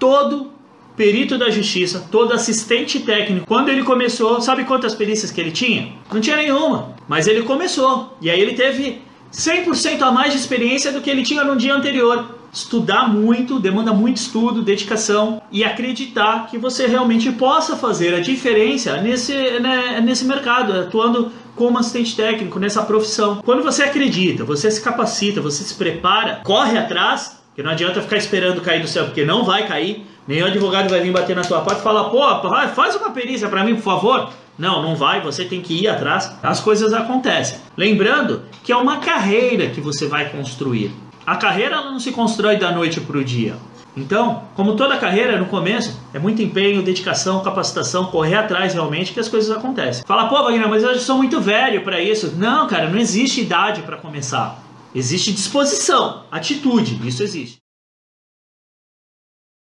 todo perito da justiça, todo assistente técnico, quando ele começou, sabe quantas perícias que ele tinha? Não tinha nenhuma, mas ele começou. E aí ele teve 100% a mais de experiência do que ele tinha no dia anterior. Estudar muito, demanda muito estudo, dedicação e acreditar que você realmente possa fazer a diferença nesse mercado, atuando como assistente técnico, nessa profissão. Quando você acredita, você se capacita, você se prepara, corre atrás, que não adianta ficar esperando cair do céu, porque não vai cair. Nenhum advogado vai vir bater na tua porta e falar, pô, faz uma perícia para mim, por favor. Não vai, você tem que ir atrás. As coisas acontecem. Lembrando que é uma carreira que você vai construir. A carreira ela não se constrói da noite para o dia. Então, como toda carreira, no começo, é muito empenho, dedicação, capacitação, correr atrás realmente que as coisas acontecem. Fala, pô, Wagner, mas eu já sou muito velho para isso. Não, cara, não existe idade para começar. Existe disposição, atitude, isso existe.